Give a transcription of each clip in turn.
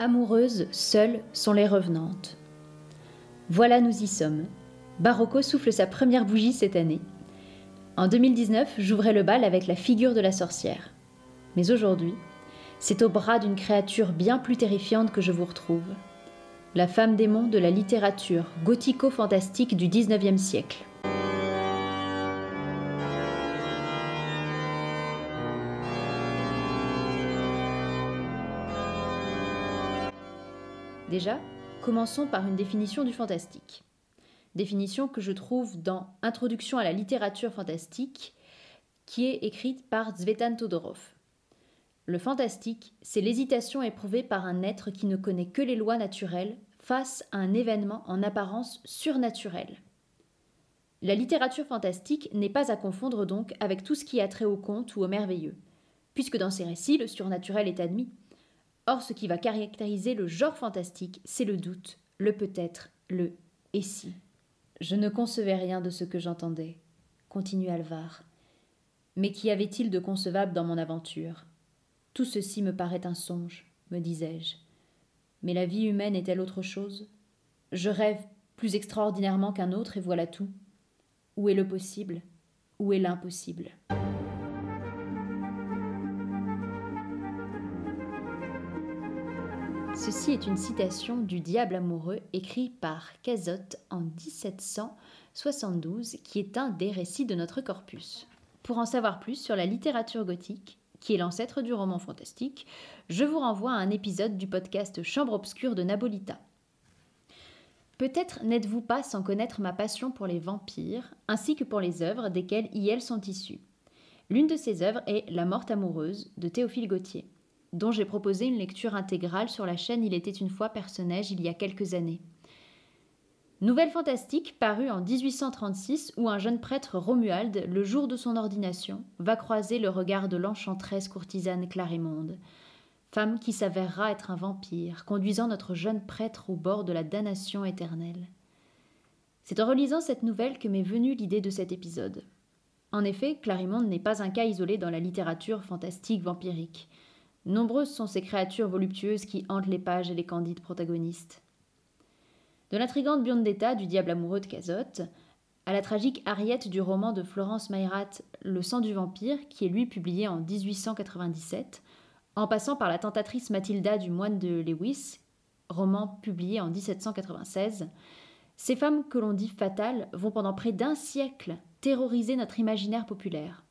Amoureuses, seules sont les revenantes. Voilà, nous y sommes. Barocco souffle sa première bougie cette année. En 2019, j'ouvrais le bal avec la figure de la sorcière. Mais aujourd'hui, c'est au bras d'une créature bien plus terrifiante que je vous retrouve. La femme démon de la littérature gothico-fantastique du XIXe siècle. Déjà, commençons par une définition du fantastique. Définition que je trouve dans Introduction à la littérature fantastique, qui est écrite par Tzvetan Todorov. Le fantastique, c'est l'hésitation éprouvée par un être qui ne connaît que les lois naturelles face à un événement en apparence surnaturel. La littérature fantastique n'est pas à confondre donc avec tout ce qui a trait au conte ou au merveilleux, puisque dans ces récits, le surnaturel est admis. Or, ce qui va caractériser le genre fantastique, c'est le doute, le peut-être, le « et si ». Je ne concevais rien de ce que j'entendais, continue Alvar. Mais qu'y avait-il de concevable dans mon aventure ? Tout ceci me paraît un songe, me disais-je. Mais la vie humaine est-elle autre chose ? Je rêve plus extraordinairement qu'un autre et voilà tout. Où est le possible ? Où est l'impossible ? Ceci est une citation du Diable amoureux écrit par Cazotte en 1772, qui est un des récits de notre corpus. Pour en savoir plus sur la littérature gothique, qui est l'ancêtre du roman fantastique, je vous renvoie à un épisode du podcast Chambre obscure de Nabolita. Peut-être n'êtes-vous pas sans connaître ma passion pour les vampires, ainsi que pour les œuvres desquelles elles sont issues. L'une de ces œuvres est La Morte amoureuse de Théophile Gautier, dont j'ai proposé une lecture intégrale sur la chaîne Il était une fois Personnage il y a quelques années. Nouvelle fantastique parue en 1836 où un jeune prêtre Romuald, le jour de son ordination, va croiser le regard de l'enchanteresse courtisane Clarimonde, femme qui s'avérera être un vampire, conduisant notre jeune prêtre au bord de la damnation éternelle. C'est en relisant cette nouvelle que m'est venue l'idée de cet épisode. En effet, Clarimonde n'est pas un cas isolé dans la littérature fantastique vampirique. Nombreuses sont ces créatures voluptueuses qui hantent les pages et les candides protagonistes. De l'intrigante Biondetta du Diable amoureux de Cazotte, à la tragique Harriet du roman de Florence Mayrat Le sang du vampire, qui est lui publié en 1897, en passant par la tentatrice Mathilda du moine de Lewis, roman publié en 1796, ces femmes que l'on dit fatales vont pendant près d'un siècle terroriser notre imaginaire populaire.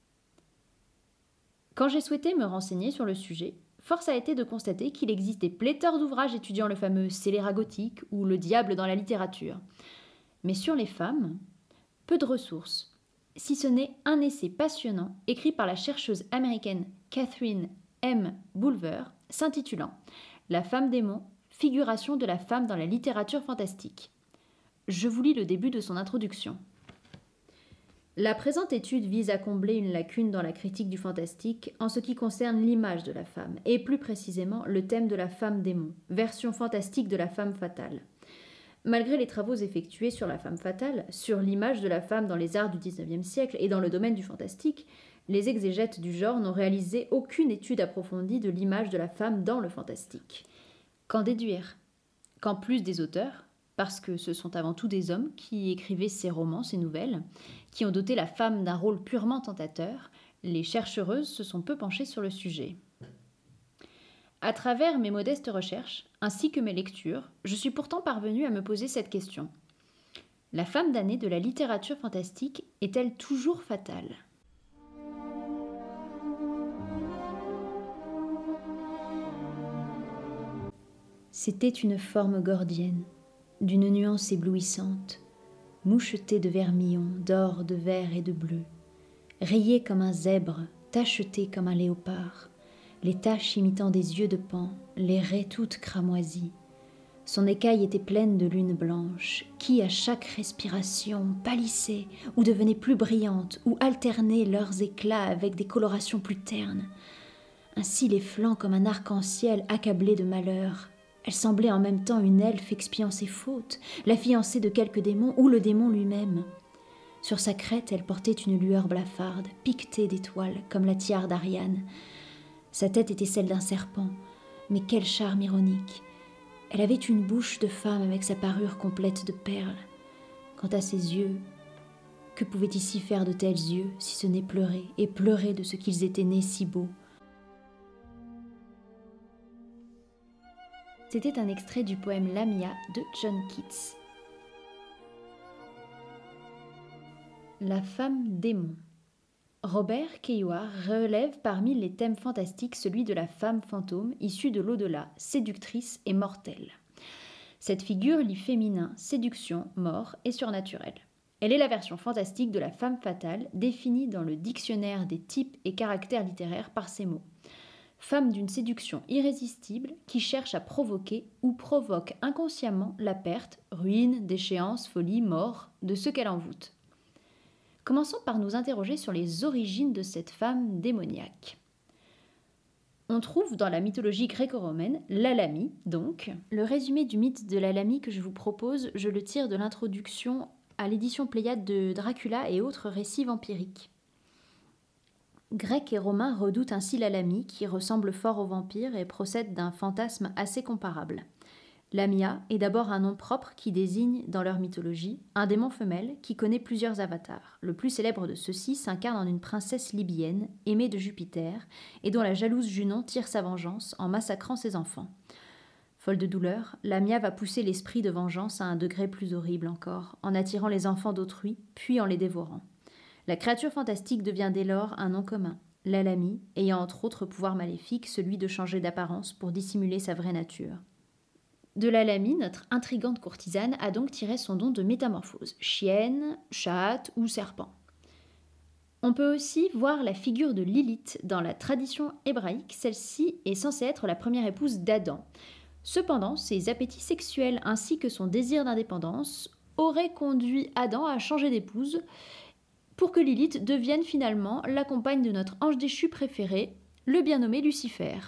Quand j'ai souhaité me renseigner sur le sujet, force a été de constater qu'il existait pléthore d'ouvrages étudiant le fameux scélérat gothique ou le diable dans la littérature. Mais sur les femmes, peu de ressources, si ce n'est un essai passionnant écrit par la chercheuse américaine Catherine M. Bulwer, s'intitulant « La femme démon, figuration de la femme dans la littérature fantastique ». Je vous lis le début de son introduction. La présente étude vise à combler une lacune dans la critique du fantastique en ce qui concerne l'image de la femme, et plus précisément le thème de la femme démon, version fantastique de la femme fatale. Malgré les travaux effectués sur la femme fatale, sur l'image de la femme dans les arts du XIXe siècle et dans le domaine du fantastique, les exégètes du genre n'ont réalisé aucune étude approfondie de l'image de la femme dans le fantastique. Qu'en déduire ? Qu'en plus des auteurs, parce que ce sont avant tout des hommes qui écrivaient ces romans, ces nouvelles, qui ont doté la femme d'un rôle purement tentateur, les chercheuses se sont peu penchées sur le sujet. À travers mes modestes recherches, ainsi que mes lectures, je suis pourtant parvenue à me poser cette question. La femme damnée de la littérature fantastique est-elle toujours fatale ? C'était une forme gordienne, d'une nuance éblouissante, mouchetée de vermillon, d'or, de vert et de bleu, rayée comme un zèbre, tachetée comme un léopard, les taches imitant des yeux de paon, les raies toutes cramoisies. Son écaille était pleine de lune blanche, qui, à chaque respiration, pâlissait ou devenait plus brillante, ou alternait leurs éclats avec des colorations plus ternes. Ainsi les flancs comme un arc-en-ciel accablé de malheur. Elle semblait en même temps une elfe expiant ses fautes, la fiancée de quelque démon ou le démon lui-même. Sur sa crête, elle portait une lueur blafarde, piquetée d'étoiles, comme la tiare d'Ariane. Sa tête était celle d'un serpent. Mais quel charme ironique! Elle avait une bouche de femme avec sa parure complète de perles. Quant à ses yeux, que pouvaient ici faire de tels yeux, si ce n'est pleurer, et pleurer de ce qu'ils étaient nés si beaux? C'était un extrait du poème Lamia de John Keats. La femme démon. Robert Caillois relève parmi les thèmes fantastiques celui de la femme fantôme issue de l'au-delà, séductrice et mortelle. Cette figure lie féminin, séduction, mort et surnaturel. Elle est la version fantastique de la femme fatale, définie dans le dictionnaire des types et caractères littéraires par ces mots. Femme d'une séduction irrésistible qui cherche à provoquer ou provoque inconsciemment la perte, ruine, déchéance, folie, mort de ce qu'elle envoûte. Commençons par nous interroger sur les origines de cette femme démoniaque. On trouve dans la mythologie gréco-romaine la Lamie, donc. Le résumé du mythe de la Lamie que je vous propose, je le tire de l'introduction à l'édition Pléiade de Dracula et autres récits vampiriques. Grecs et Romains redoutent ainsi la Lamie, qui ressemble fort aux vampires et procède d'un fantasme assez comparable. Lamia est d'abord un nom propre qui désigne, dans leur mythologie, un démon femelle qui connaît plusieurs avatars. Le plus célèbre de ceux-ci s'incarne en une princesse libyenne, aimée de Jupiter, et dont la jalouse Junon tire sa vengeance en massacrant ses enfants. Folle de douleur, Lamia va pousser l'esprit de vengeance à un degré plus horrible encore, en attirant les enfants d'autrui, puis en les dévorant. La créature fantastique devient dès lors un nom commun, la Lamie, ayant entre autres pouvoirs maléfiques celui de changer d'apparence pour dissimuler sa vraie nature. De la Lamie, notre intrigante courtisane a donc tiré son don de métamorphose, chienne, chatte ou serpent. On peut aussi voir la figure de Lilith dans la tradition hébraïque, celle-ci est censée être la première épouse d'Adam. Cependant, ses appétits sexuels ainsi que son désir d'indépendance auraient conduit Adam à changer d'épouse pour que Lilith devienne finalement la compagne de notre ange déchu préféré, le bien nommé Lucifer.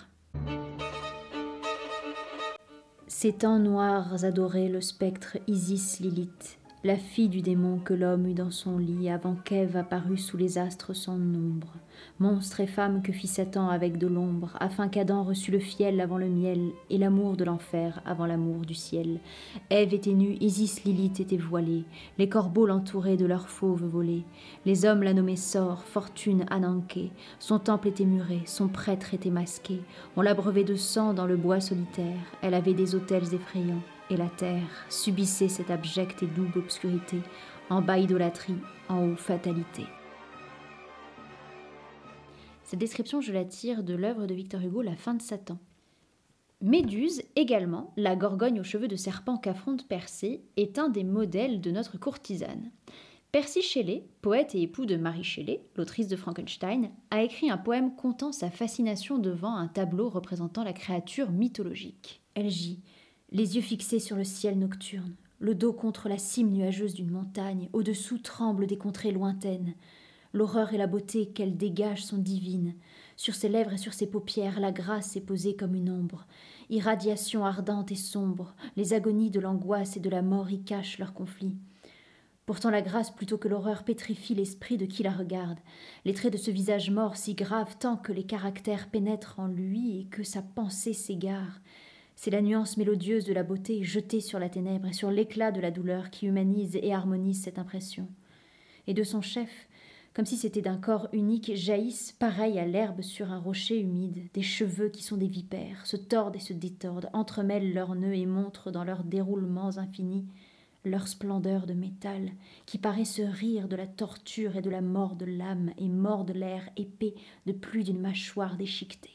Ces temps noirs adorait le spectre Isis Lilith, la fille du démon que l'homme eut dans son lit avant qu'Ève apparût sous les astres sans nombre. Monstre et femme que fit Satan avec de l'ombre, afin qu'Adam reçût le fiel avant le miel, et l'amour de l'enfer avant l'amour du ciel. Ève était nue, Isis Lilith était voilée, les corbeaux l'entouraient de leurs fauves volées. Les hommes la nommaient Sor, fortune Ananké, son temple était muré, son prêtre était masqué. On l'abreuvait de sang dans le bois solitaire, elle avait des autels effrayants. Et la terre subissait cette abjecte et double obscurité, en bas idolâtrie, en haut fatalité. Cette description, je la tire de l'œuvre de Victor Hugo, La fin de Satan. Méduse, également, la gorgogne aux cheveux de serpent qu'affronte Persée, est un des modèles de notre courtisane. Percy Shelley, poète et époux de Mary Shelley, l'autrice de Frankenstein, a écrit un poème contant sa fascination devant un tableau représentant la créature mythologique. Elle gît, les yeux fixés sur le ciel nocturne, le dos contre la cime nuageuse d'une montagne, au-dessous tremblent des contrées lointaines. L'horreur et la beauté qu'elle dégage sont divines. Sur ses lèvres et sur ses paupières, la grâce est posée comme une ombre. Irradiation ardente et sombre, les agonies de l'angoisse et de la mort y cachent leur conflit. Pourtant la grâce plutôt que l'horreur pétrifie l'esprit de qui la regarde. Les traits de ce visage mort si grave tant que les caractères pénètrent en lui et que sa pensée s'égare. C'est la nuance mélodieuse de la beauté jetée sur la ténèbre et sur l'éclat de la douleur qui humanise et harmonise cette impression. Et de son chef, comme si c'était d'un corps unique, jaillissent, pareil à l'herbe sur un rocher humide, des cheveux qui sont des vipères, se tordent et se détordent, entremêlent leurs nœuds et montrent dans leurs déroulements infinis leur splendeur de métal, qui paraît se rire de la torture et de la mort de l'âme et mord l'air épais de plus d'une mâchoire déchiquetée.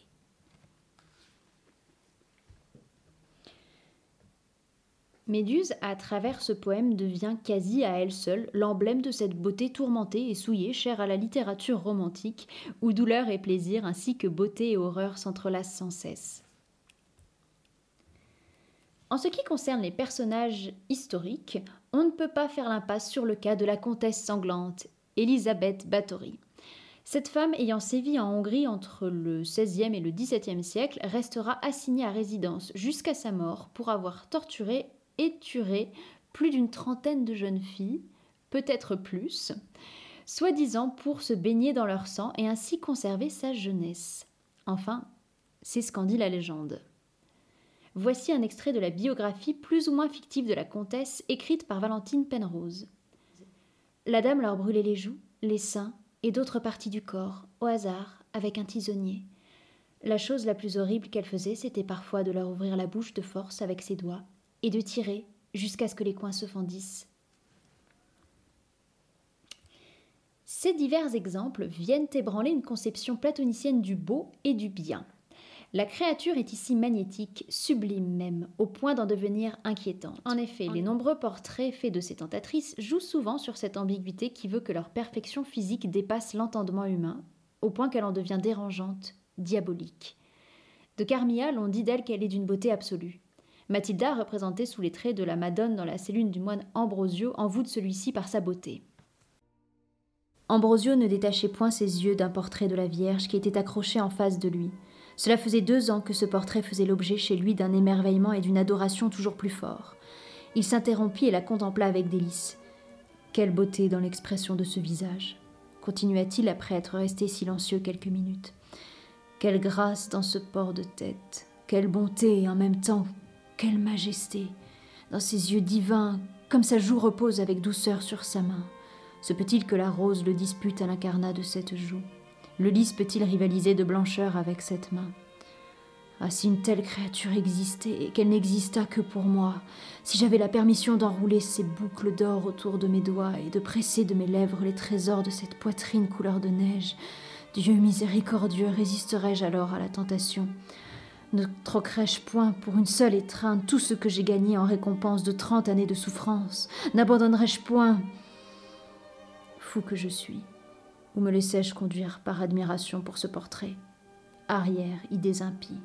Méduse, à travers ce poème, devient quasi à elle seule l'emblème de cette beauté tourmentée et souillée chère à la littérature romantique, où douleur et plaisir ainsi que beauté et horreur s'entrelacent sans cesse. En ce qui concerne les personnages historiques, on ne peut pas faire l'impasse sur le cas de la comtesse sanglante, Elisabeth Báthory. Cette femme, ayant sévi en Hongrie entre le XVIe et le XVIIe siècle, restera assignée à résidence jusqu'à sa mort pour avoir torturé et tué plus d'une trentaine de jeunes filles, peut-être plus, soi-disant pour se baigner dans leur sang et ainsi conserver sa jeunesse. Enfin, c'est ce qu'en dit la légende. Voici un extrait de la biographie plus ou moins fictive de la comtesse, écrite par Valentine Penrose. La dame leur brûlait les joues, les seins et d'autres parties du corps, au hasard, avec un tisonnier. La chose la plus horrible qu'elle faisait, c'était parfois de leur ouvrir la bouche de force avec ses doigts et de tirer jusqu'à ce que les coins se fendissent. Ces divers exemples viennent ébranler une conception platonicienne du beau et du bien. La créature est ici magnétique, sublime même, au point d'en devenir inquiétante. En effet, les nombreux portraits faits de ces tentatrices jouent souvent sur cette ambiguïté qui veut que leur perfection physique dépasse l'entendement humain, au point qu'elle en devient dérangeante, diabolique. De Carmilla, l'on dit d'elle qu'elle est d'une beauté absolue. Mathilda, représentée sous les traits de la Madone dans la cellule du moine Ambrosio, envoûte celui-ci par sa beauté. Ambrosio ne détachait point ses yeux d'un portrait de la Vierge qui était accroché en face de lui. Cela faisait 2 ans que ce portrait faisait l'objet chez lui d'un émerveillement et d'une adoration toujours plus forts. Il s'interrompit et la contempla avec délice. Quelle beauté dans l'expression de ce visage, continua-t-il après être resté silencieux quelques minutes. Quelle grâce dans ce port de tête, quelle bonté et en même temps, quelle majesté, dans ses yeux divins, comme sa joue repose avec douceur sur sa main. Se peut-il que la rose le dispute à l'incarnat de cette joue? Le lys peut-il rivaliser de blancheur avec cette main? Ah, si une telle créature existait et qu'elle n'existât que pour moi, si j'avais la permission d'enrouler ces boucles d'or autour de mes doigts et de presser de mes lèvres les trésors de cette poitrine couleur de neige, Dieu miséricordieux, résisterais-je alors à la tentation? Ne troquerais-je point pour une seule étreinte tout ce que j'ai gagné en récompense de 30 années de souffrance? N'abandonnerais-je point? Fou que je suis. Ou me laissais-je conduire par admiration pour ce portrait? Arrière, idées impies.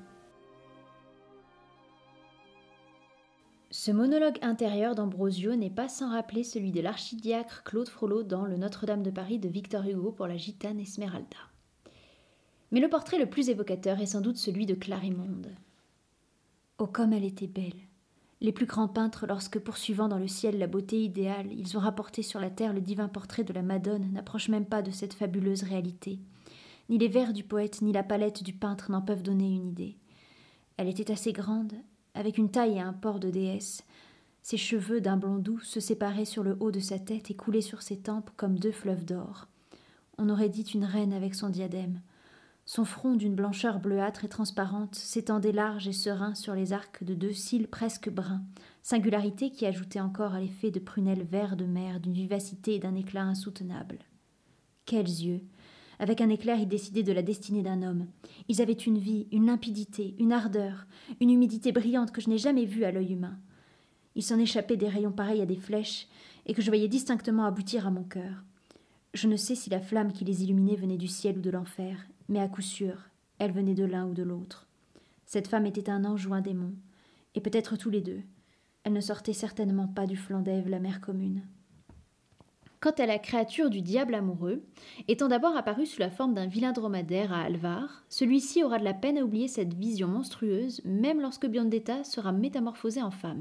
Ce monologue intérieur d'Ambrosio n'est pas sans rappeler celui de l'archidiacre Claude Frollo dans le Notre-Dame de Paris de Victor Hugo pour la gitane Esmeralda. Mais le portrait le plus évocateur est sans doute celui de Clarimonde. Oh, comme elle était belle! Les plus grands peintres, lorsque poursuivant dans le ciel la beauté idéale, ils ont rapporté sur la terre le divin portrait de la Madone, n'approchent même pas de cette fabuleuse réalité. Ni les vers du poète, ni la palette du peintre n'en peuvent donner une idée. Elle était assez grande, avec une taille et un port de déesse. Ses cheveux d'un blond doux se séparaient sur le haut de sa tête et coulaient sur ses tempes comme 2 fleuves d'or. On aurait dit une reine avec son diadème. Son front d'une blancheur bleuâtre et transparente s'étendait large et serein sur les arcs de 2 cils presque bruns, singularité qui ajoutait encore à l'effet de prunelles vert de mer d'une vivacité et d'un éclat insoutenables. Quels yeux! Avec un éclair, ils décidaient de la destinée d'un homme. Ils avaient une vie, une limpidité, une ardeur, une humidité brillante que je n'ai jamais vue à l'œil humain. Il s'en échappait des rayons pareils à des flèches et que je voyais distinctement aboutir à mon cœur. Je ne sais si la flamme qui les illuminait venait du ciel ou de l'enfer, mais à coup sûr, elle venait de l'un ou de l'autre. Cette femme était un ange ou un démon, et peut-être tous les deux. Elle ne sortait certainement pas du flanc d'Ève, la mère commune. Quant à la créature du diable amoureux, étant d'abord apparue sous la forme d'un vilain dromadaire à Alvar, celui-ci aura de la peine à oublier cette vision monstrueuse, même lorsque Biondetta sera métamorphosée en femme.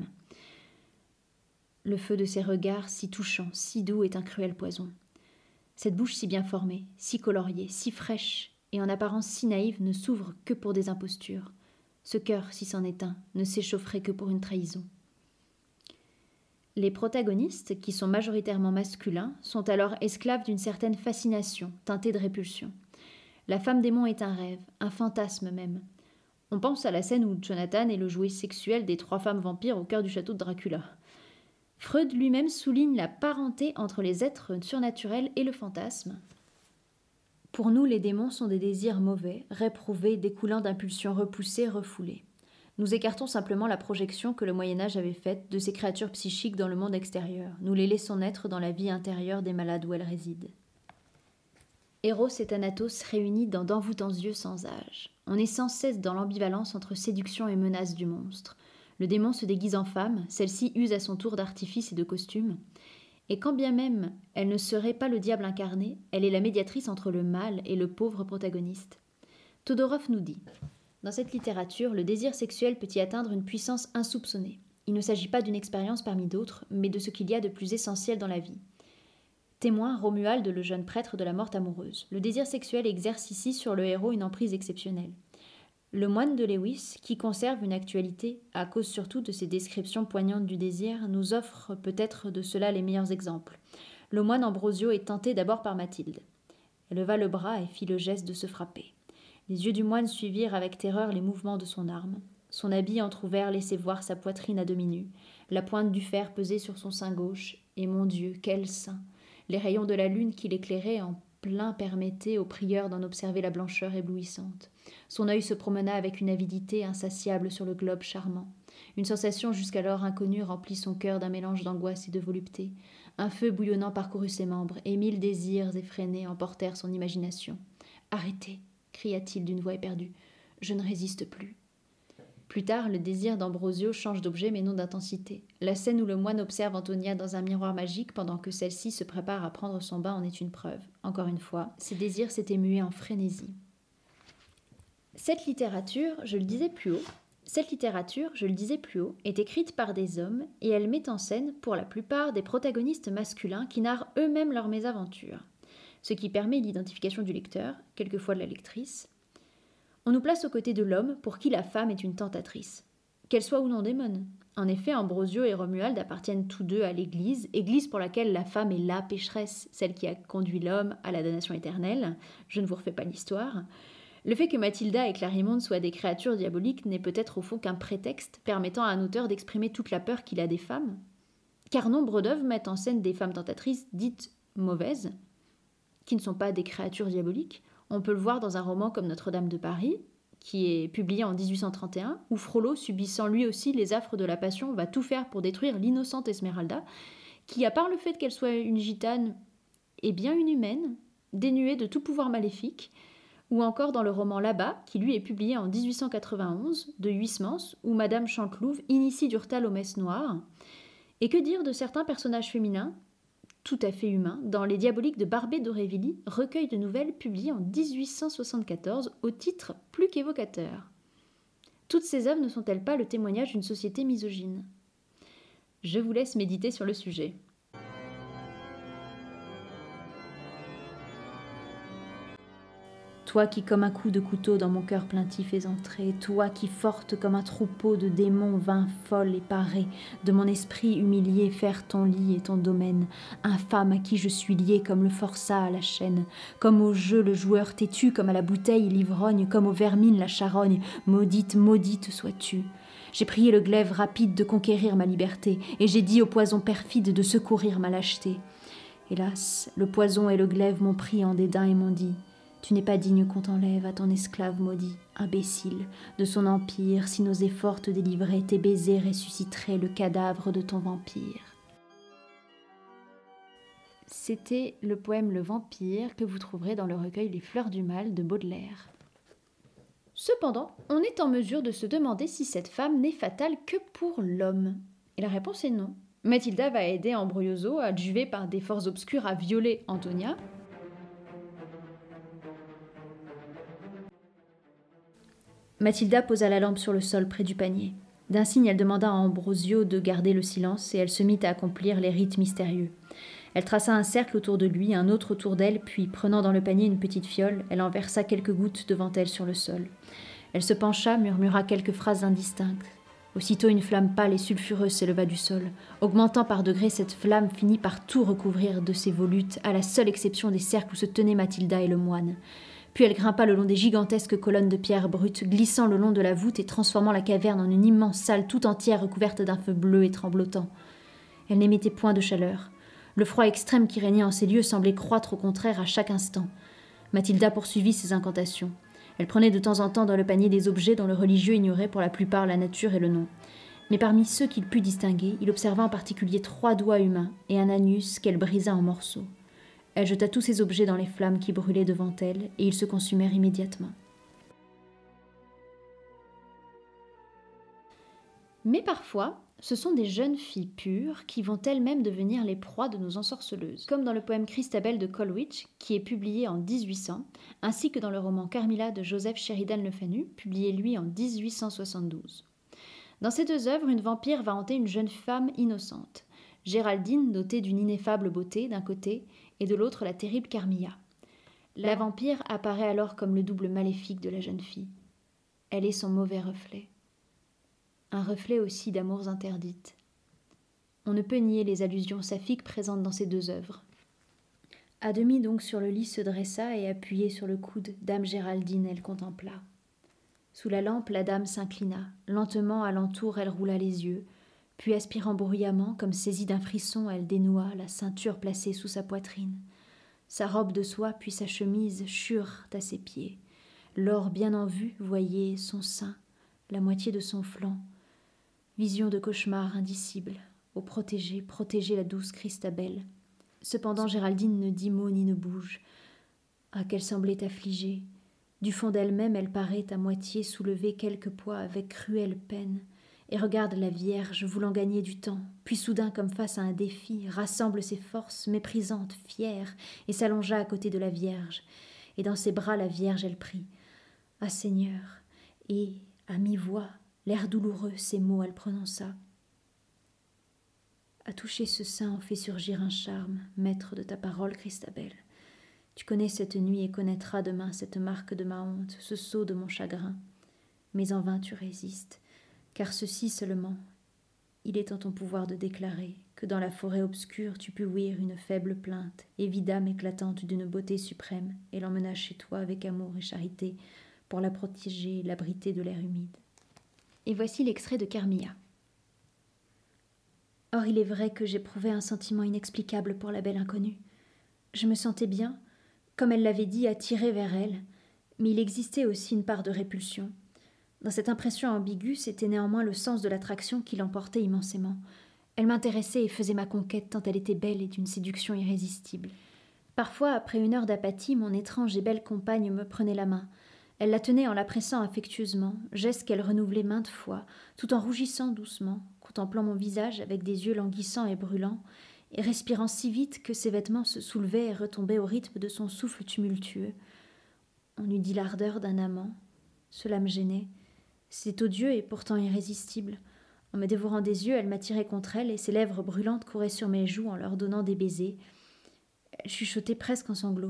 Le feu de ses regards, si touchant, si doux, est un cruel poison. Cette bouche si bien formée, si coloriée, si fraîche, et en apparence si naïve, ne s'ouvre que pour des impostures. Ce cœur, si c'en est un, ne s'échaufferait que pour une trahison. Les protagonistes, qui sont majoritairement masculins, sont alors esclaves d'une certaine fascination, teintée de répulsion. La femme démon est un rêve, un fantasme même. On pense à la scène où Jonathan est le jouet sexuel des 3 femmes vampires au cœur du château de Dracula. Freud lui-même souligne la parenté entre les êtres surnaturels et le fantasme. Pour nous, les démons sont des désirs mauvais, réprouvés, découlant d'impulsions repoussées, refoulées. Nous écartons simplement la projection que le Moyen-Âge avait faite de ces créatures psychiques dans le monde extérieur. Nous les laissons naître dans la vie intérieure des malades où elles résident. Eros et Thanatos réunis dans d'envoûtants yeux sans âge. On est sans cesse dans l'ambivalence entre séduction et menace du monstre. Le démon se déguise en femme, celle-ci use à son tour d'artifice et de costume. Et quand bien même elle ne serait pas le diable incarné, elle est la médiatrice entre le mal et le pauvre protagoniste. Todorov nous dit: dans cette littérature, le désir sexuel peut y atteindre une puissance insoupçonnée. Il ne s'agit pas d'une expérience parmi d'autres, mais de ce qu'il y a de plus essentiel dans la vie. Témoin Romuald, le jeune prêtre de la morte amoureuse. Le désir sexuel exerce ici sur le héros une emprise exceptionnelle. Le moine de Lewis, qui conserve une actualité à cause surtout de ses descriptions poignantes du désir, nous offre peut-être de cela les meilleurs exemples. Le moine Ambrosio est tenté d'abord par Mathilde. Elle leva le bras et fit le geste de se frapper. Les yeux du moine suivirent avec terreur les mouvements de son arme. Son habit entrouvert laissait voir sa poitrine à demi nue. La pointe du fer pesait sur son sein gauche. Et mon Dieu, quel sein! Les rayons de la lune qui l'éclairaient en plein permettaient au prieur d'en observer la blancheur éblouissante. Son œil se promena avec une avidité insatiable sur le globe charmant. Une sensation jusqu'alors inconnue remplit son cœur d'un mélange d'angoisse et de volupté. Un feu bouillonnant parcourut ses membres, et 1000 désirs effrénés emportèrent son imagination. « Arrêtez !» cria-t-il d'une voix éperdue. « Je ne résiste plus. » Plus tard, le désir d'Ambrosio change d'objet mais non d'intensité. La scène où le moine observe Antonia dans un miroir magique pendant que celle-ci se prépare à prendre son bain en est une preuve. Encore une fois, ses désirs s'étaient mués en frénésie. Cette littérature, je le disais plus haut, est écrite par des hommes et elle met en scène, pour la plupart, des protagonistes masculins qui narrent eux-mêmes leurs mésaventures, ce qui permet l'identification du lecteur, quelquefois de la lectrice. On nous place aux côtés de l'homme pour qui la femme est une tentatrice, qu'elle soit ou non démone. En effet, Ambrosio et Romuald appartiennent tous deux à l'Église, Église pour laquelle la femme est la pécheresse, celle qui a conduit l'homme à la damnation éternelle. Je ne vous refais pas l'histoire. Le fait que Mathilda et Clarimonde soient des créatures diaboliques n'est peut-être au fond qu'un prétexte permettant à un auteur d'exprimer toute la peur qu'il a des femmes. Car nombre d'œuvres mettent en scène des femmes tentatrices dites mauvaises, qui ne sont pas des créatures diaboliques. On peut le voir dans un roman comme Notre-Dame de Paris, qui est publié en 1831, où Frollo, subissant lui aussi les affres de la passion, va tout faire pour détruire l'innocente Esmeralda, qui, à part le fait qu'elle soit une gitane, est bien une humaine, dénuée de tout pouvoir maléfique, ou encore dans le roman Là-bas, qui lui est publié en 1891, de Huysmans, où Madame Chantelouve initie Durtal aux messes noires. Et que dire de certains personnages féminins, tout à fait humain, dans Les Diaboliques de Barbé d'Aurevilly, recueil de nouvelles publié en 1874 au titre plus qu'évocateur. Toutes ces œuvres ne sont-elles pas le témoignage d'une société misogyne ? Je vous laisse méditer sur le sujet. Toi qui comme un coup de couteau dans mon cœur plaintif es entré, toi qui forte comme un troupeau de démons vins folle et paré, de mon esprit humilié faire ton lit et ton domaine, infâme à qui je suis lié comme le forçat à la chaîne, comme au jeu le joueur têtu, comme à la bouteille l'ivrogne, comme aux vermines la charogne, maudite, maudite sois-tu. J'ai prié le glaive rapide de conquérir ma liberté, et j'ai dit au poison perfide de secourir ma lâcheté. Hélas, le poison et le glaive m'ont pris en dédain et m'ont dit: tu n'es pas digne qu'on t'enlève à ton esclave maudit, imbécile, de son empire, si nos efforts te délivraient, tes baisers ressusciteraient le cadavre de ton vampire. C'était le poème Le Vampire que vous trouverez dans le recueil Les Fleurs du Mal de Baudelaire. Cependant, on est en mesure de se demander si cette femme n'est fatale que pour l'homme. Et la réponse est non. Mathilda va aider Ambrosio, adjuvé par des forces obscures, à violer Antonia. Mathilda posa la lampe sur le sol près du panier. D'un signe, elle demanda à Ambrosio de garder le silence et elle se mit à accomplir les rites mystérieux. Elle traça un cercle autour de lui, un autre autour d'elle, puis, prenant dans le panier une petite fiole, elle en versa quelques gouttes devant elle sur le sol. Elle se pencha, murmura quelques phrases indistinctes. Aussitôt, une flamme pâle et sulfureuse s'éleva du sol. Augmentant par degrés, cette flamme finit par tout recouvrir de ses volutes, à la seule exception des cercles où se tenaient Mathilda et le moine. Puis elle grimpa le long des gigantesques colonnes de pierre brute, glissant le long de la voûte et transformant la caverne en une immense salle tout entière recouverte d'un feu bleu et tremblotant. Elle n'émettait point de chaleur. Le froid extrême qui régnait en ces lieux semblait croître au contraire à chaque instant. Mathilda poursuivit ses incantations. Elle prenait de temps en temps dans le panier des objets dont le religieux ignorait pour la plupart la nature et le nom. Mais parmi ceux qu'il put distinguer, il observa en particulier 3 doigts humains et un anus qu'elle brisa en morceaux. Elle jeta tous ces objets dans les flammes qui brûlaient devant elle, et ils se consumèrent immédiatement. Mais parfois, ce sont des jeunes filles pures qui vont elles-mêmes devenir les proies de nos ensorceleuses, comme dans le poème Christabel de Coleridge, qui est publié en 1800, ainsi que dans le roman Carmilla de Joseph Sheridan Le Fanu, publié lui en 1872. Dans ces 2 œuvres, une vampire va hanter une jeune femme innocente. Géraldine, dotée d'une ineffable beauté, d'un côté, et de l'autre la terrible Carmilla. La vampire apparaît alors comme le double maléfique de la jeune fille. Elle est son mauvais reflet. Un reflet aussi d'amours interdites. On ne peut nier les allusions saphiques présentes dans ces deux œuvres. À demi donc sur le lit se dressa et appuyée sur le coude, dame Géraldine elle contempla. Sous la lampe, la dame s'inclina. Lentement, alentour, elle roula les yeux. Puis, aspirant bruyamment, comme saisie d'un frisson, elle dénoua la ceinture placée sous sa poitrine. Sa robe de soie, puis sa chemise churent à ses pieds. L'or bien en vue voyait son sein, la moitié de son flanc. Vision de cauchemar indicible. Ô protégée, protégée la douce Christabel. Cependant, Géraldine ne dit mot ni ne bouge. Ah, qu'elle semblait affligée. Du fond d'elle-même, elle paraît à moitié soulever quelque poids avec cruelle peine, et regarde la Vierge voulant gagner du temps, puis soudain, comme face à un défi, rassemble ses forces, méprisante, fière, et s'allongea à côté de la Vierge. Et dans ses bras, la Vierge, elle prit. « Ah Seigneur !» Et, à mi-voix, l'air douloureux, ces mots, elle prononça. « À toucher ce sein, on fait surgir un charme, maître de ta parole, Christabel. Tu connais cette nuit et connaîtras demain cette marque de ma honte, ce sceau de mon chagrin. Mais en vain tu résistes, car ceci seulement, il est en ton pouvoir de déclarer que dans la forêt obscure tu pus ouïr une faible plainte, et vidame éclatante d'une beauté suprême, et l'emmena chez toi avec amour et charité, pour la protéger et l'abriter de l'air humide. » Et voici l'extrait de Carmilla. Or il est vrai que j'éprouvais un sentiment inexplicable pour la belle inconnue. Je me sentais bien, comme elle l'avait dit, attirée vers elle, mais il existait aussi une part de répulsion. Dans cette impression ambiguë, c'était néanmoins le sens de l'attraction qui l'emportait immensément. Elle m'intéressait et faisait ma conquête tant elle était belle et d'une séduction irrésistible. Parfois, après une heure d'apathie, mon étrange et belle compagne me prenait la main. Elle la tenait en la pressant affectueusement, geste qu'elle renouvelait maintes fois, tout en rougissant doucement, contemplant mon visage avec des yeux languissants et brûlants, et respirant si vite que ses vêtements se soulevaient et retombaient au rythme de son souffle tumultueux. On eût dit l'ardeur d'un amant. Cela me gênait. C'est odieux et pourtant irrésistible. En me dévorant des yeux, elle m'attirait contre elle, et ses lèvres brûlantes couraient sur mes joues en leur donnant des baisers. Elle chuchotait presque en sanglots.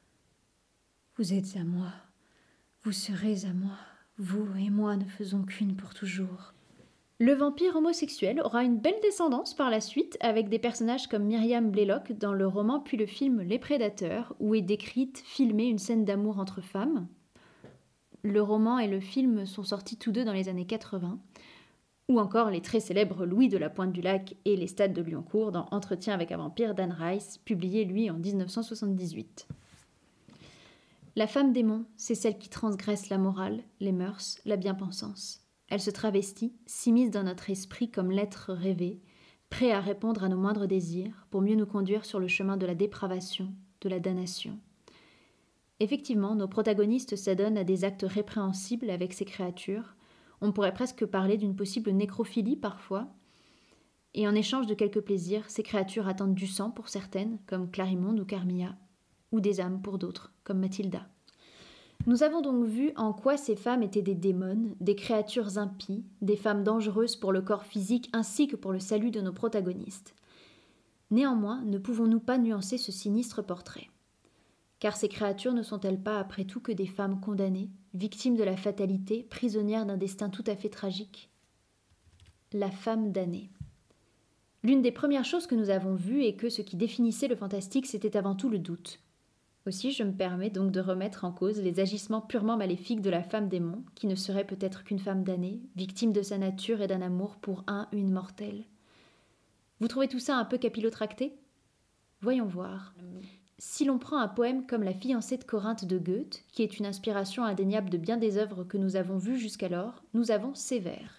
« Vous êtes à moi. Vous serez à moi. Vous et moi ne faisons qu'une pour toujours. » Le vampire homosexuel aura une belle descendance par la suite, avec des personnages comme Myriam Blaylock dans le roman puis le film Les Prédateurs, où est décrite, filmée une scène d'amour entre femmes. Le roman et le film sont sortis tous deux dans les années 80. Ou encore les très célèbres Louis de la Pointe-du-Lac et les Stades de Lyoncourt dans Entretien avec un vampire d'Anne Rice, publié lui en 1978. La femme démon, c'est celle qui transgresse la morale, les mœurs, la bien-pensance. Elle se travestit, s'immisce dans notre esprit comme l'être rêvé, prêt à répondre à nos moindres désirs pour mieux nous conduire sur le chemin de la dépravation, de la damnation. Effectivement, nos protagonistes s'adonnent à des actes répréhensibles avec ces créatures. On pourrait presque parler d'une possible nécrophilie parfois. Et en échange de quelques plaisirs, ces créatures attendent du sang pour certaines, comme Clarimonde ou Carmilla, ou des âmes pour d'autres, comme Mathilda. Nous avons donc vu en quoi ces femmes étaient des démons, des créatures impies, des femmes dangereuses pour le corps physique ainsi que pour le salut de nos protagonistes. Néanmoins, ne pouvons-nous pas nuancer ce sinistre portrait ? Car ces créatures ne sont-elles pas après tout que des femmes condamnées, victimes de la fatalité, prisonnières d'un destin tout à fait tragique ? La femme damnée. L'une des premières choses que nous avons vues est que ce qui définissait le fantastique, c'était avant tout le doute. Aussi, je me permets donc de remettre en cause les agissements purement maléfiques de la femme démon, qui ne serait peut-être qu'une femme damnée, victime de sa nature et d'un amour pour une mortelle. Vous trouvez tout ça un peu capillotracté ? Voyons voir. Si l'on prend un poème comme La fiancée de Corinthe de Goethe, qui est une inspiration indéniable de bien des œuvres que nous avons vues jusqu'alors, nous avons ces vers.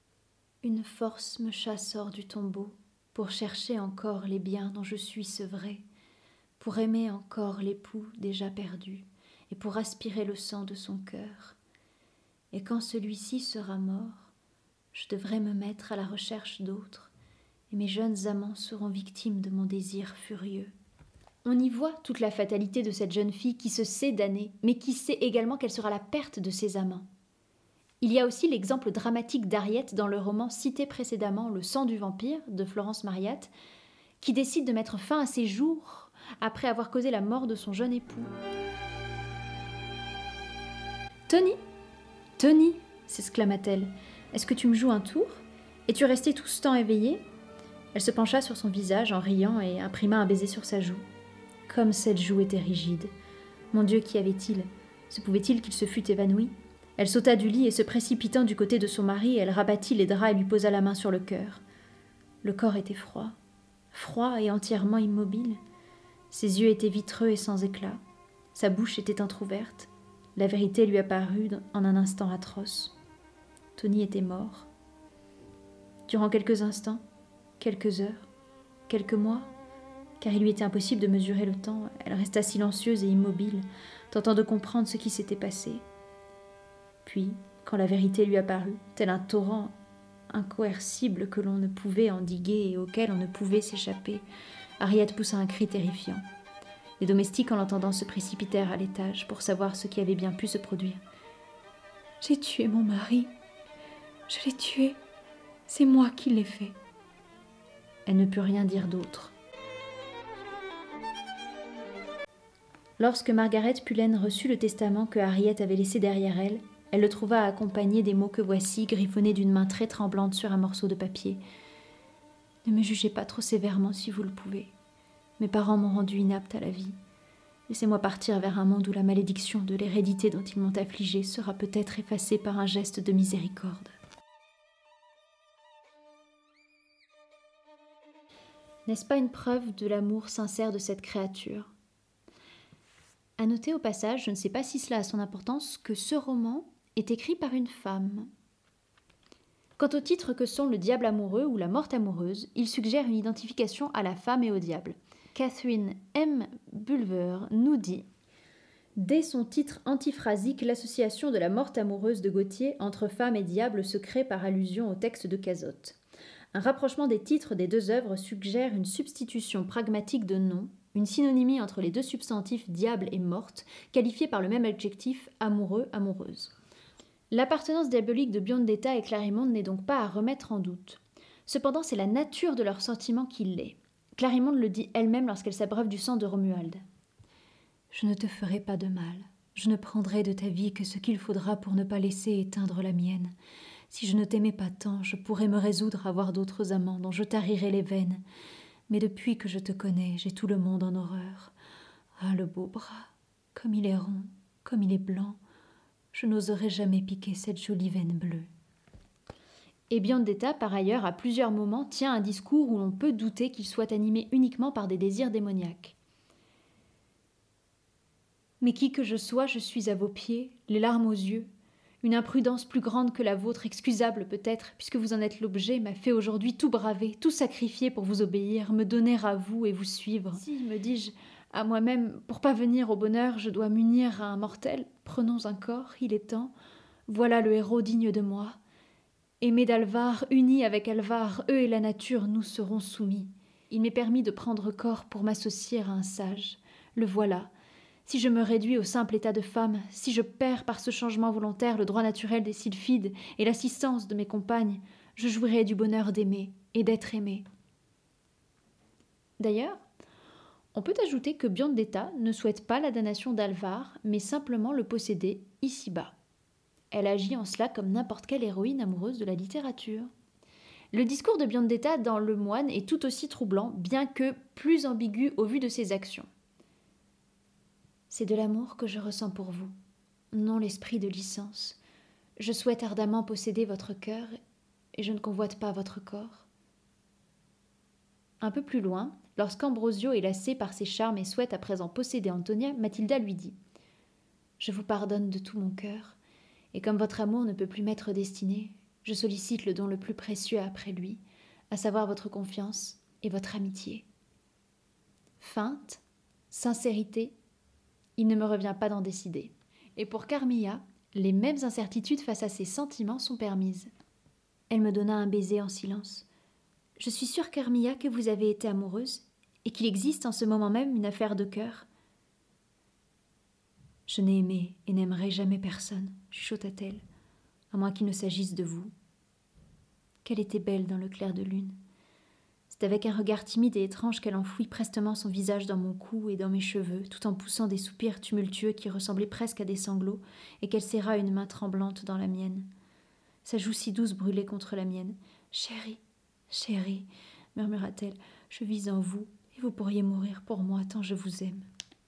Une force me chasse hors du tombeau, pour chercher encore les biens dont je suis sevrée, pour aimer encore l'époux déjà perdu, et pour aspirer le sang de son cœur. Et quand celui-ci sera mort, je devrais me mettre à la recherche d'autres, et mes jeunes amants seront victimes de mon désir furieux. On y voit toute la fatalité de cette jeune fille qui se sait damnée, mais qui sait également qu'elle sera la perte de ses amants. Il y a aussi l'exemple dramatique d'Harriet dans le roman cité précédemment, Le sang du vampire, de Florence Marryat, qui décide de mettre fin à ses jours après avoir causé la mort de son jeune époux. Tony, « Tony !» s'exclama-t-elle. « Est-ce que tu me joues un tour ? Es-tu resté tout ce temps éveillé ?» Elle se pencha sur son visage en riant et imprima un baiser sur sa joue. Comme cette joue était rigide. Mon Dieu, qu'y avait-il ? Se pouvait-il qu'il se fût évanoui ? Elle sauta du lit et se précipitant du côté de son mari, elle rabattit les draps et lui posa la main sur le cœur. Le corps était froid, froid et entièrement immobile. Ses yeux étaient vitreux et sans éclat. Sa bouche était entr'ouverte. La vérité lui apparut en un instant atroce. Tony était mort. Durant quelques instants, quelques heures, quelques mois, car il lui était impossible de mesurer le temps, elle resta silencieuse et immobile, tentant de comprendre ce qui s'était passé. Puis, quand la vérité lui apparut, tel un torrent incoercible que l'on ne pouvait endiguer et auquel on ne pouvait s'échapper, Harriet poussa un cri terrifiant. Les domestiques, en l'entendant, se précipitèrent à l'étage pour savoir ce qui avait bien pu se produire. « J'ai tué mon mari. Je l'ai tué. C'est moi qui l'ai fait. » Elle ne put rien dire d'autre. Lorsque Margaret Pullen reçut le testament que Harriet avait laissé derrière elle, elle le trouva accompagné des mots que voici, griffonnés d'une main très tremblante sur un morceau de papier. « Ne me jugez pas trop sévèrement si vous le pouvez. Mes parents m'ont rendue inapte à la vie. Laissez-moi partir vers un monde où la malédiction de l'hérédité dont ils m'ont affligée sera peut-être effacée par un geste de miséricorde. » N'est-ce pas une preuve de l'amour sincère de cette créature ? À noter au passage, je ne sais pas si cela a son importance, que ce roman est écrit par une femme. Quant aux titres que sont Le diable amoureux ou La morte amoureuse, il suggère une identification à la femme et au diable. Catherine M. Bulwer nous dit « Dès son titre antiphrasique, l'association de La morte amoureuse de Gautier entre femme et diable se crée par allusion au texte de Cazotte. Un rapprochement des titres des deux œuvres suggère une substitution pragmatique de noms, une synonymie entre les deux substantifs diable et morte, qualifiés par le même adjectif amoureux, amoureuse. L'appartenance diabolique de Biondetta et Clarimonde n'est donc pas à remettre en doute. Cependant, c'est la nature de leur sentiment qui l'est. Clarimonde le dit elle-même lorsqu'elle s'abreuve du sang de Romuald. « Je ne te ferai pas de mal. Je ne prendrai de ta vie que ce qu'il faudra pour ne pas laisser éteindre la mienne. Si je ne t'aimais pas tant, je pourrais me résoudre à avoir d'autres amants dont je tarirais les veines. Mais depuis que je te connais, j'ai tout le monde en horreur. Ah, le beau bras, comme il est rond, comme il est blanc. Je n'oserais jamais piquer cette jolie veine bleue. » Et Biondetta, par ailleurs, à plusieurs moments, tient un discours où l'on peut douter qu'il soit animé uniquement par des désirs démoniaques. « Mais qui que je sois, je suis à vos pieds, les larmes aux yeux. Une imprudence plus grande que la vôtre, excusable peut-être, puisque vous en êtes l'objet, m'a fait aujourd'hui tout braver, tout sacrifier pour vous obéir, me donner à vous et vous suivre. Si, me dis-je, à moi-même, pour parvenir au bonheur, je dois m'unir à un mortel. Prenons un corps, il est temps. Voilà le héros digne de moi. Aimé d'Alvar, uni avec Alvar, eux et la nature, nous serons soumis. Il m'est permis de prendre corps pour m'associer à un sage. Le voilà. Si je me réduis au simple état de femme, si je perds par ce changement volontaire le droit naturel des sylphides et l'assistance de mes compagnes, je jouirai du bonheur d'aimer et d'être aimée. » D'ailleurs, on peut ajouter que Biondetta ne souhaite pas la damnation d'Alvar, mais simplement le posséder ici-bas. Elle agit en cela comme n'importe quelle héroïne amoureuse de la littérature. Le discours de Biondetta dans Le Moine est tout aussi troublant, bien que plus ambigu au vu de ses actions. « C'est de l'amour que je ressens pour vous, non l'esprit de licence. Je souhaite ardemment posséder votre cœur, et je ne convoite pas votre corps. » Un peu plus loin, lorsqu'Ambrosio est lassé par ses charmes et souhaite à présent posséder Antonia, Mathilda lui dit « Je vous pardonne de tout mon cœur, et comme votre amour ne peut plus m'être destiné, je sollicite le don le plus précieux après lui, à savoir votre confiance et votre amitié. » Feinte, sincérité, il ne me revient pas d'en décider. Et pour Carmilla, les mêmes incertitudes face à ses sentiments sont permises. Elle me donna un baiser en silence. « Je suis sûre, Carmilla, que vous avez été amoureuse, et qu'il existe en ce moment même une affaire de cœur. » « Je n'ai aimé et n'aimerai jamais personne, chuchota-t-elle, à moins qu'il ne s'agisse de vous. Qu'elle était belle dans le clair de lune. C'est avec un regard timide et étrange qu'elle enfouit prestement son visage dans mon cou et dans mes cheveux, tout en poussant des soupirs tumultueux qui ressemblaient presque à des sanglots, et qu'elle serra une main tremblante dans la mienne. Sa joue si douce brûlait contre la mienne. « Chérie, chérie, murmura-t-elle, je vis en vous, et vous pourriez mourir pour moi tant je vous aime. »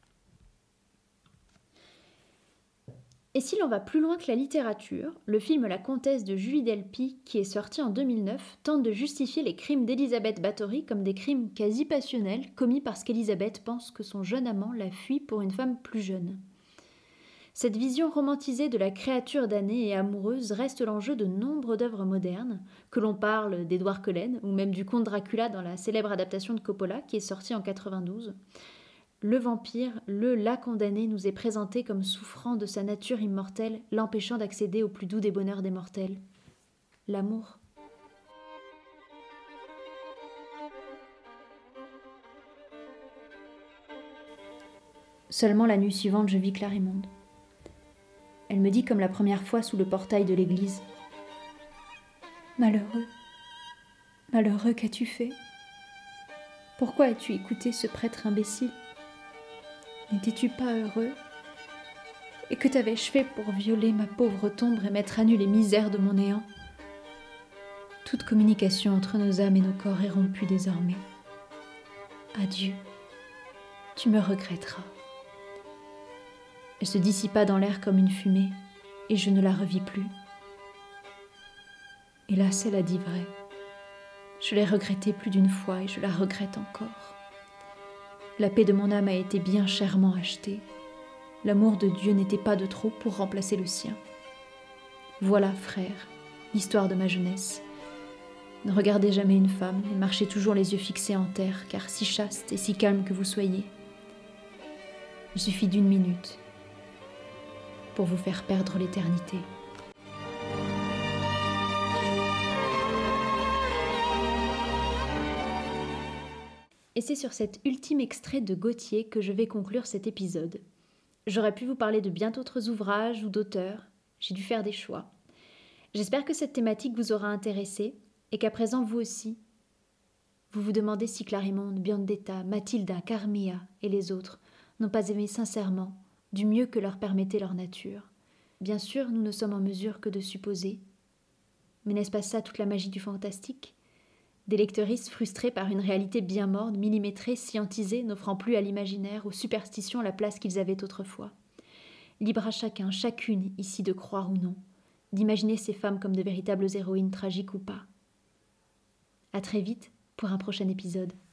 Et si l'on va plus loin que la littérature, le film La Comtesse de Julie Delpy, qui est sorti en 2009, tente de justifier les crimes d'Elisabeth Bathory comme des crimes quasi passionnels commis parce qu'Elisabeth pense que son jeune amant la fuit pour une femme plus jeune. Cette vision romantisée de la créature damnée et amoureuse reste l'enjeu de nombre d'œuvres modernes, que l'on parle d'Édouard Cullen ou même du comte Dracula dans la célèbre adaptation de Coppola qui est sortie en 92. Le vampire, la condamné, nous est présenté comme souffrant de sa nature immortelle, l'empêchant d'accéder au plus doux des bonheurs des mortels. L'amour. Seulement la nuit suivante, je vis Clarimonde. Elle me dit comme la première fois sous le portail de l'église. « Malheureux, malheureux, qu'as-tu fait? Pourquoi as-tu écouté ce prêtre imbécile? N'étais-tu pas heureux? Et que t'avais-je fait pour violer ma pauvre tombe et mettre à nu les misères de mon néant? Toute communication entre nos âmes et nos corps est rompue désormais. Adieu, tu me regretteras. » Elle se dissipa dans l'air comme une fumée, et je ne la revis plus. Hélas, elle a dit vrai. Je l'ai regrettée plus d'une fois et je la regrette encore. La paix de mon âme a été bien chèrement achetée. L'amour de Dieu n'était pas de trop pour remplacer le sien. Voilà, frère, l'histoire de ma jeunesse. Ne regardez jamais une femme et marchez toujours les yeux fixés en terre, car si chaste et si calme que vous soyez, il suffit d'1 minute pour vous faire perdre l'éternité. Et c'est sur cet ultime extrait de Gautier que je vais conclure cet épisode. J'aurais pu vous parler de bien d'autres ouvrages ou d'auteurs, j'ai dû faire des choix. J'espère que cette thématique vous aura intéressé et qu'à présent vous aussi, vous vous demandez si Clarimonde, Biondetta, Mathilda, Carmilla et les autres n'ont pas aimé sincèrement, du mieux que leur permettait leur nature. Bien sûr, nous ne sommes en mesure que de supposer. Mais n'est-ce pas ça toute la magie du fantastique ? Des lectrices frustrées par une réalité bien morne, millimétrée, scientisée, n'offrant plus à l'imaginaire, aux superstitions la place qu'ils avaient autrefois. Libre à chacun, chacune, ici de croire ou non, d'imaginer ces femmes comme de véritables héroïnes tragiques ou pas. À très vite pour un prochain épisode.